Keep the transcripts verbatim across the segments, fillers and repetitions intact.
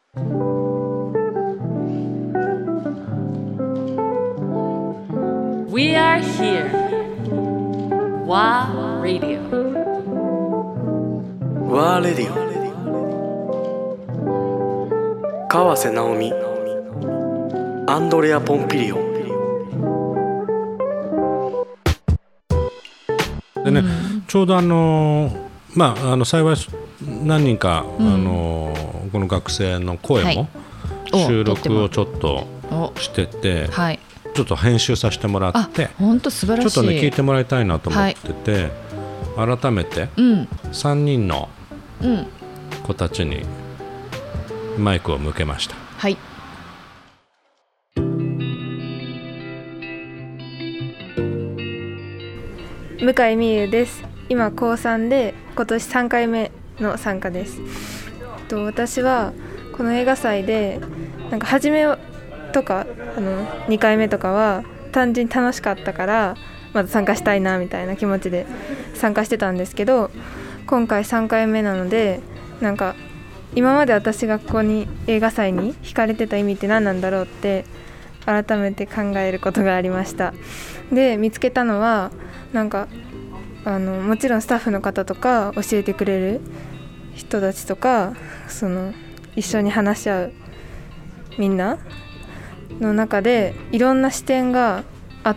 We are here. WA Radio. WA Radio。川瀬直美、アンドレア・ポンピリオ。 でね、うん、ちょうどあのまああの幸い何人か、うん、あのこの学生の声も収録をちょっとしてて、はい、ちょっと編集させてもらって、 本当素晴らしい。 ちょっとね聞いてもらいたいなと思ってて、はい、改めてさんにんの子たちにマイクを向けました。 はい。 向井美優です。今こうさんで今年さんかいめの参加です。と私はこの映画祭でなんか初めとかあのにかいめとかは単純に楽しかったからまた参加したいなみたいな気持ちで参加してたんですけど、今回さんかいめなのでなんか今まで私がここに映画祭に惹かれてた意味って何なんだろうって改めて考えることがありました。で見つけたのはなんかあのもちろんスタッフの方とか教えてくれる人たちとかその一緒に話し合うみんなの中でいろんな視点があって、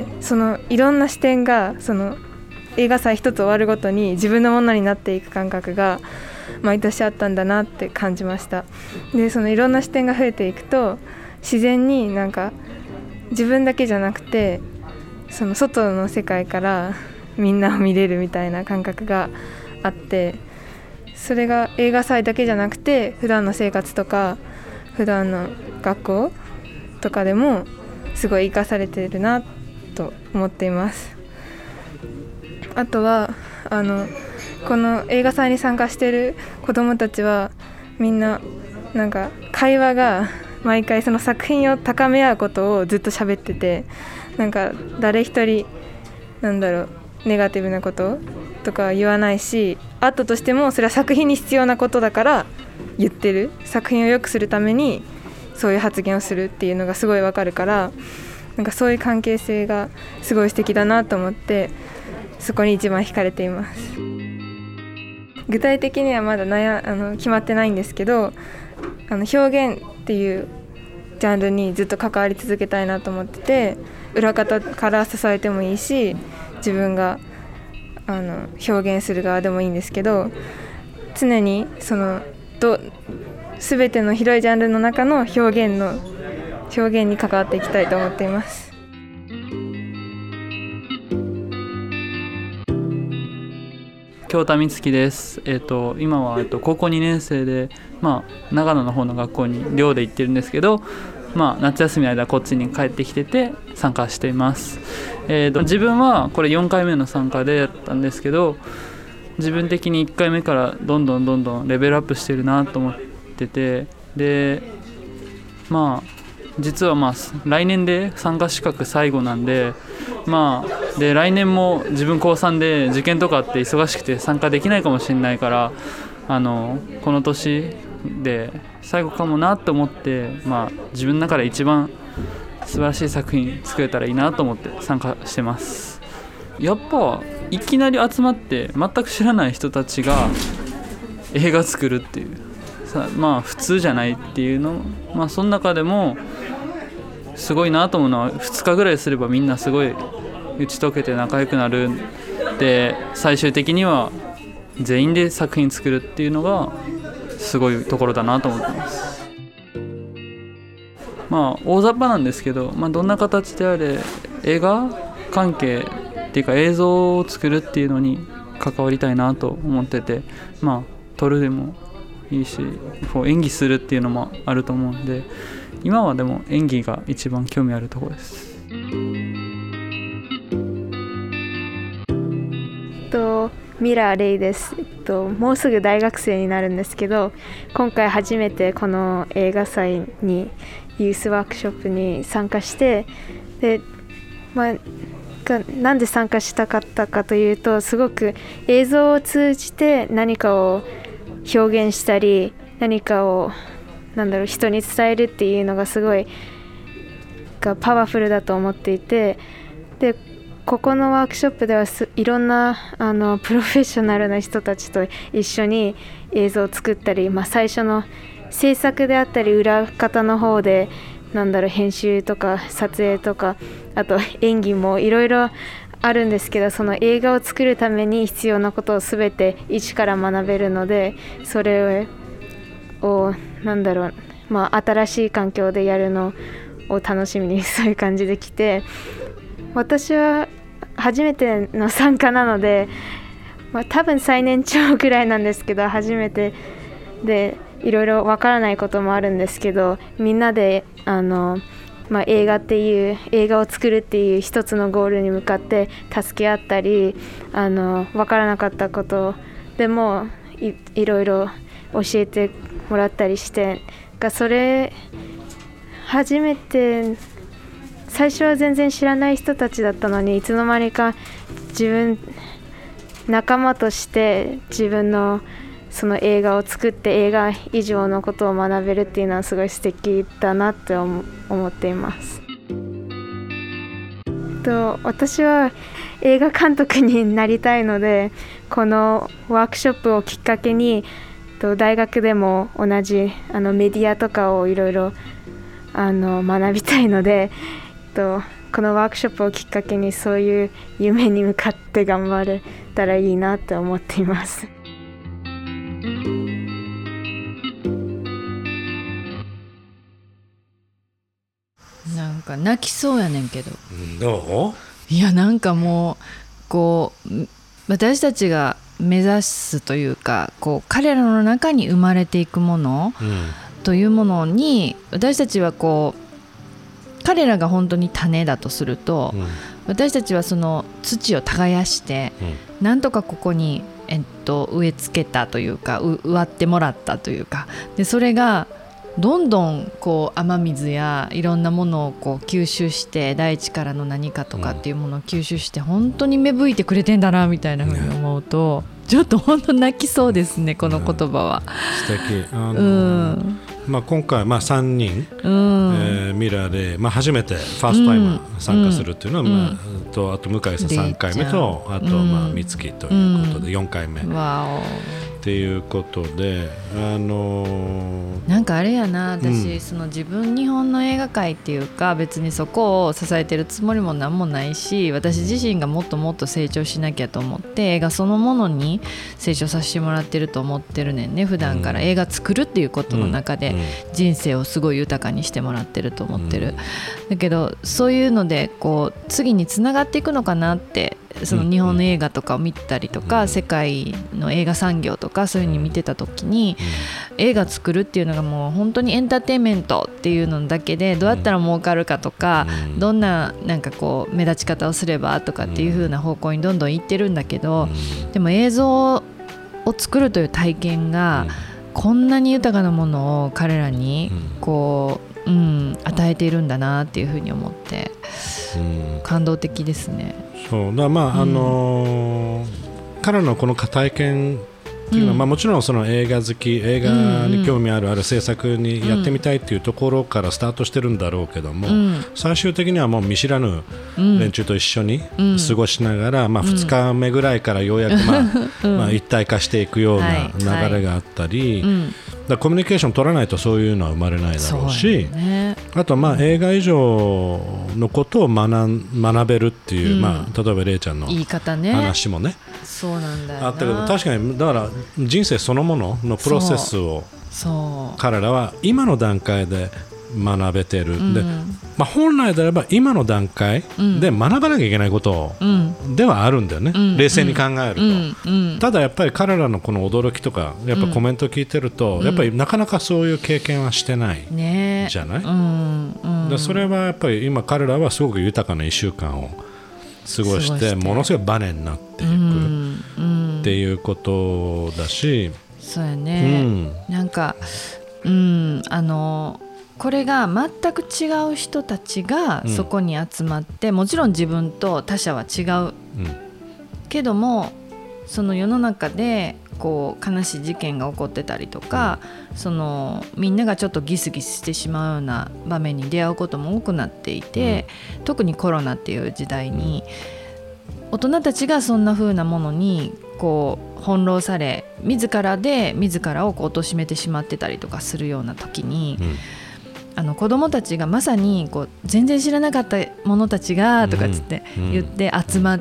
そのいろんな視点がその映画祭一つ終わるごとに自分のものになっていく感覚が毎年あったんだなって感じました。でそのいろんな視点が増えていくと自然になんか自分だけじゃなくてその外の世界からみんなを見れるみたいな感覚があって、それが映画祭だけじゃなくて普段の生活とか普段の学校とかでもすごい生かされてるなと思っています。あとはあのこの映画祭に参加してる子どもたちはみんななんか会話が毎回その作品を高め合うことをずっと喋ってて、なんか誰一人なんだろうネガティブなこととか言わないし、あったとしてもそれは作品に必要なことだから言ってる、作品を良くするためにそういう発言をするっていうのがすごいわかるから、なんかそういう関係性がすごい素敵だなと思ってそこに一番惹かれています。具体的にはまだ悩あの決まってないんですけど、あの表現っていうジャンルにずっと関わり続けたいなと思ってて、裏方から支えてもいいし自分があの表現する側でもいいんですけど、常にそのど全ての広いジャンルの中の表現の表現に関わっていきたいと思っています。 京田美月です。えーと、今は、えーと、高校にねん生で、まあ、長野の方の学校に寮で行ってるんですけど、まあ、夏休みの間こっちに帰ってきてて参加しています。えーと、自分はこれよんかいめの参加でやったんですけど、自分的にいっかいめからどんどんどんどんレベルアップしてるなと思ってて、でまあ実はまあ来年で参加資格最後なんで、まあで来年も自分こうさんで受験とかあって忙しくて参加できないかもしれないから、あのこの年で最後かもなと思って、まあ自分の中で一番素晴らしい作品作れたらいいなと思って参加してます。やっぱいきなり集まって全く知らない人たちが映画作るっていうさ、まあ普通じゃないっていうの、まあその中でもすごいなと思うのはふつかぐらいすればみんなすごい打ち解けて仲良くなるで、最終的には全員で作品作るっていうのがすごいところだなと思ってます。まあ大雑把なんですけど、まあ、どんな形であれ映画関係っていうか映像を作るっていうのに関わりたいなと思ってて、まあ撮るでもいいしこう演技するっていうのもあると思うんで、今はでも演技が一番興味あるところです。 とミラーレイです、えっと、もうすぐ大学生になるんですけど、今回初めてこの映画祭にユースワークショップに参加して、で、まあ、なんで参加したかったかというと、すごく映像を通じて何かを表現したり何かをなんだろう人に伝えるっていうのがすごいがパワフルだと思っていて、でここのワークショップではいろんなあのプロフェッショナルな人たちと一緒に映像を作ったり、まあ、最初の制作であったり裏方の方でなんだろう編集とか撮影とかあと演技もいろいろあるんですけど、その映画を作るために必要なことをすべて一から学べるので、それをなんだろう、まあ、新しい環境でやるのを楽しみにそういう感じで来て、私は初めての参加なので、まあ、多分最年長ぐらいなんですけど、初めてでいろいろわからないこともあるんですけど、みんなであの、まあ、映画っていう映画を作るっていう一つのゴールに向かって助け合ったり、あのわからなかったことでも い, いろいろ教えてもらったりして、がそれ初めて最初は全然知らない人たちだったのに、いつの間にか自分仲間として自分のその映画を作って映画以上のことを学べるっていうのはすごい素敵だなって思っています。と私は映画監督になりたいので、このワークショップをきっかけにと大学でも同じあのメディアとかをいろいろあの学びたいので、とこのワークショップをきっかけにそういう夢に向かって頑張れたらいいなって思っています。 なんか泣きそうやねんけど。 どう？いやなんかもうこう私たちが目指すというか、こう彼らの中に生まれていくもの、うん、というものに私たちはこう彼らが本当に種だとすると、うん、私たちはその土を耕して、うん、なんとかここに、えっと、植え付けたというか植わってもらったというか、でそれがどんどんこう雨水やいろんなものをこう吸収して、大地からの何かとかっていうものを吸収して本当に芽吹いてくれてんだなみたいなふうに思うと、ね、ちょっと本当泣きそうですね、この言葉は、 ね、素敵。あのーうんまあ、今回まあさんにん、うんえー、ミラーで、まあ、初めてファーストタイマー参加するっていうのは、うんまあ、とあと向井さんさんかいめと、あとまあ美月ということでよんかいめ、うん、わおっていうことで、あのー、 なんかあれやな、私、うん、その自分日本の映画界っていうか別にそこを支えてるつもりもなんもないし、私自身がもっともっと成長しなきゃと思って映画そのものに成長させてもらってると思ってるねんね。普段から映画作るっていうことの中で人生をすごい豊かにしてもらってると思ってる、うん、だけどそういうのでこう次につながっていくのかなって、その日本の映画とかを見たりとか、うん、世界の映画産業とかそういう風に見てた時に、うん、映画作るっていうのがもう本当にエンターテインメントっていうのだけでどうやったら儲かるかとか、うん、どんななんかこう目立ち方をすればとかっていう風な方向にどんどん行ってるんだけど、うん、でも映像を作るという体験がこんなに豊かなものを彼らにこう、うん、与えているんだなっていう風に思って感動的ですね。 そうだ、まあ、うん、あのー、彼のこの体験っていうのは、うんまあ、もちろんその映画好き、映画に興味ある、うん、ある制作にやってみたいっていうところからスタートしてるんだろうけども、うん、最終的にはもう見知らぬ連中と一緒に過ごしながら、うんまあ、ふつかめぐらいからようやく、まあうんまあ、一体化していくような流れがあったり、はいはいうん、だコミュニケーション取らないとそういうのは生まれないだろうし、ね、あとまあ映画以上のことを 学, 学べるっていう、うんまあ、例えばレイちゃんの話もね、 そうなんだよな。 あったけど、確かにだから人生そのもののプロセスを彼らは今の段階で学べてる、うんでまあ、本来であれば今の段階で学ばなきゃいけないことではあるんだよね、うん、冷静に考えると、うんうん、ただやっぱり彼らのこの驚きとかやっぱコメント聞いてると、うん、やっぱりなかなかそういう経験はしてないじゃない、ねうんうん、でそれはやっぱり今彼らはすごく豊かないっしゅうかんを過ごしてものすごいバネになっていく、うんうん、っていうことだし、 そうやね、うん、なんか、うん、あのこれが全く違う人たちがそこに集まって、うん、もちろん自分と他者は違う、うん、けどもその世の中でこう悲しい事件が起こってたりとか、うん、そのみんながちょっとギスギスしてしまうような場面に出会うことも多くなっていて、うん、特にコロナっていう時代に大人たちがそんな風なものにこう翻弄され自らで自らをこう貶めてしまってたりとかするような時に、うん、あの子どもたちがまさにこう全然知らなかった者たちがとかつって言って集まって、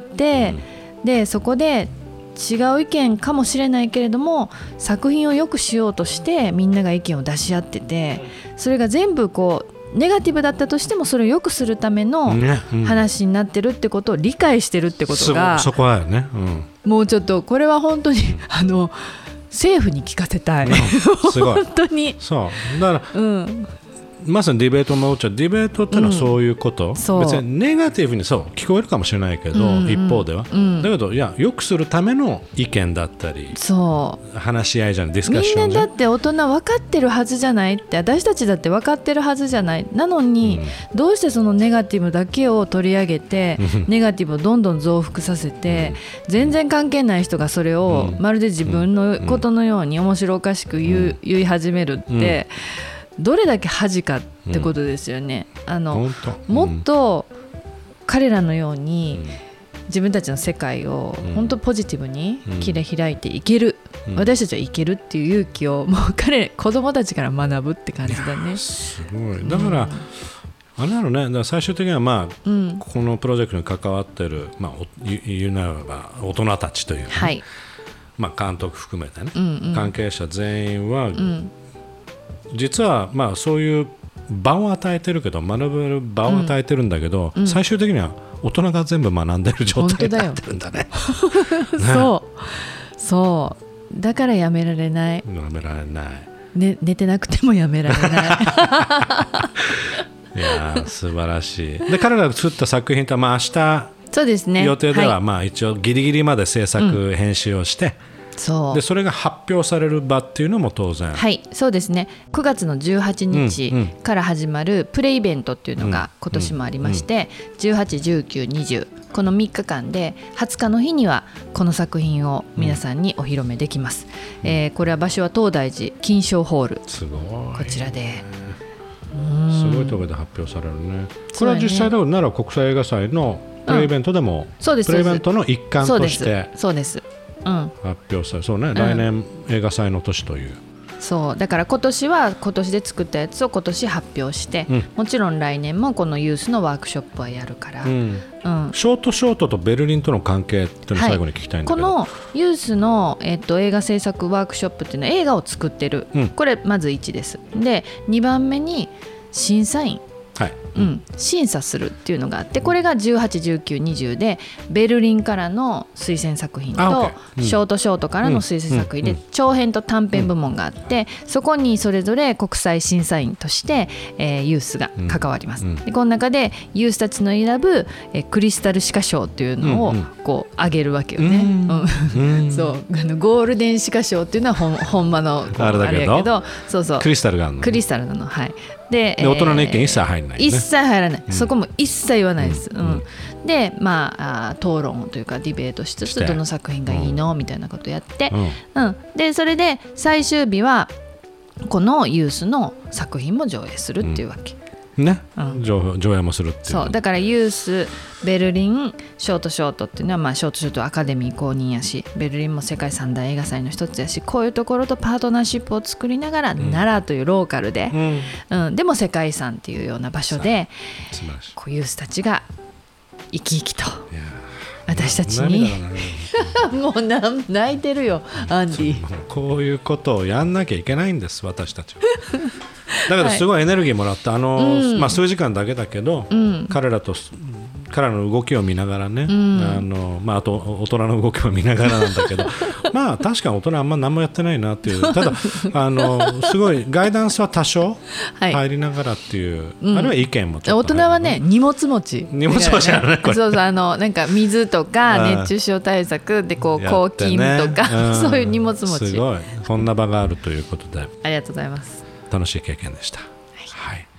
うん、でそこで違う意見かもしれないけれども作品を良くしようとしてみんなが意見を出し合ってて、それが全部こうネガティブだったとしてもそれを良くするための話になってるってことを理解してるってことが、 そこはよね、うん、 もうちょっとこれは本当にあの政府に聞かせたい、うん、すごい本当にそうだから、うんまさにディベートのうちはディベートってのはそういうこと、うん、別にネガティブにそう聞こえるかもしれないけど、うんうん、一方では、うん、だけどいや良くするための意見だったりそう話し合いじゃないディスカッションみんなだって大人分かってるはずじゃないって私たちだって分かってるはずじゃないなのに、うん、どうしてそのネガティブだけを取り上げてネガティブをどんどん増幅させて、うん、全然関係ない人がそれをまるで自分のことのように面白おかしく言う、うん、言い始めるって、うんどれだけ恥かってことですよね、うん、あのもっと彼らのように自分たちの世界を本当ポジティブに切り開いていける、うん、私たちはいけるっていう勇気をもう彼子供たちから学ぶって感じだね。 すごいだから、うん、あれだろうねだから最終的には、まあうん、このプロジェクトに関わってる、まあ、言うならば大人たちというか、ねはいまあ、監督含めてね、うんうん、関係者全員は、うん実はまあそういう場を与えてるけど学べる場を与えてるんだけど、うん、最終的には大人が全部学んでる状態になってるんだね。 そうそうだからやめられないやめられない、 ね、寝てなくてもやめられないいや素晴らしいで彼らが作った作品とはまあ明日そうですね予定ではまあ一応ギリギリまで制作、うん、編集をしてそうでそれが発表される場っていうのも当然はいそうですねくがつのじゅうはちにちから始まるプレイベントっていうのが今年もありまして、うんうん、じゅうはち、じゅうく、にじゅうこのみっかかんではつかの日にはこの作品を皆さんにお披露目できます、うんえー、これは場所は東大寺金賞ホールすごいこちらですごいところで発表されるねこれは実際だから奈良国際映画祭のプレイベントでも、うん、そうですプレイベントの一環としてそうですそうですうん、 発表されそうね、うん、来年映画祭の年というそうだから今年は今年で作ったやつを今年発表して、うん、もちろん来年もこのユースのワークショップはやるから、うんうん、ショートショートとベルリンとの関係っていうのを最後に聞きたいんだけど、 はい、このユースの、えっと、映画制作ワークショップっていうのは映画を作ってる、うん、これまずいちですでにばんめに審査員はいうん、審査するっていうのがあってこれがじゅうはち、じゅうく、にじゅうでベルリンからの推薦作品とショートショートからの推薦作品で長編と短編部門があってそこにそれぞれ国際審査員として、えー、ユースが関わりますでこの中でユースたちの選ぶ、えー、クリスタルシカ賞っていうのをこう上げるわけよね、うんうん、そうあのゴールデンシカ賞っていうのはほん、ほんまのこうあれだけど、そうそうクリスタルがあるのクリスタルなのはいでで大人の意見一切入らない、ね、 一切入らない、うん、そこも一切言わないです、うんうん、でまあ、あ討論というかディベートしつつどの作品がいいの、うん、みたいなことやって、うんうん、でそれで最終日はこのユースの作品も上映するっていうわけ、 うん、ね、うん、上, 上映もするっていうそうだからユースベルリンショートショートっていうのは、まあ、ショートショートアカデミー公認やしベルリンも世界三大映画祭の一つやしこういうところとパートナーシップを作りながら、うん、奈良というローカルで、うんうん、でも世界遺産っていうような場所でこうユースたちが生き生きと私たちにもう泣いてるよアンディこういうことをやんなきゃいけないんです私たちはだからすごいエネルギーもらった、はい、あの、うんまあ、数時間だけだけど、うん、彼らと彼らの動きを見ながらね、うんあのまあ、あと大人の動きを見ながらなんだけどまあ確かに大人はあんま何もやってないなっていうただあのすごいガイダンスは多少入りながらっていう、はい、あるいは意見もちょっと、ね、 大人はね荷物持ち荷物持ちなのねこれそうそうあのなんか水とか熱中症対策でこう抗菌とか、ねうん、そういう荷物持ちすごいそんな場があるということでありがとうございます楽しい経験でした、はいはい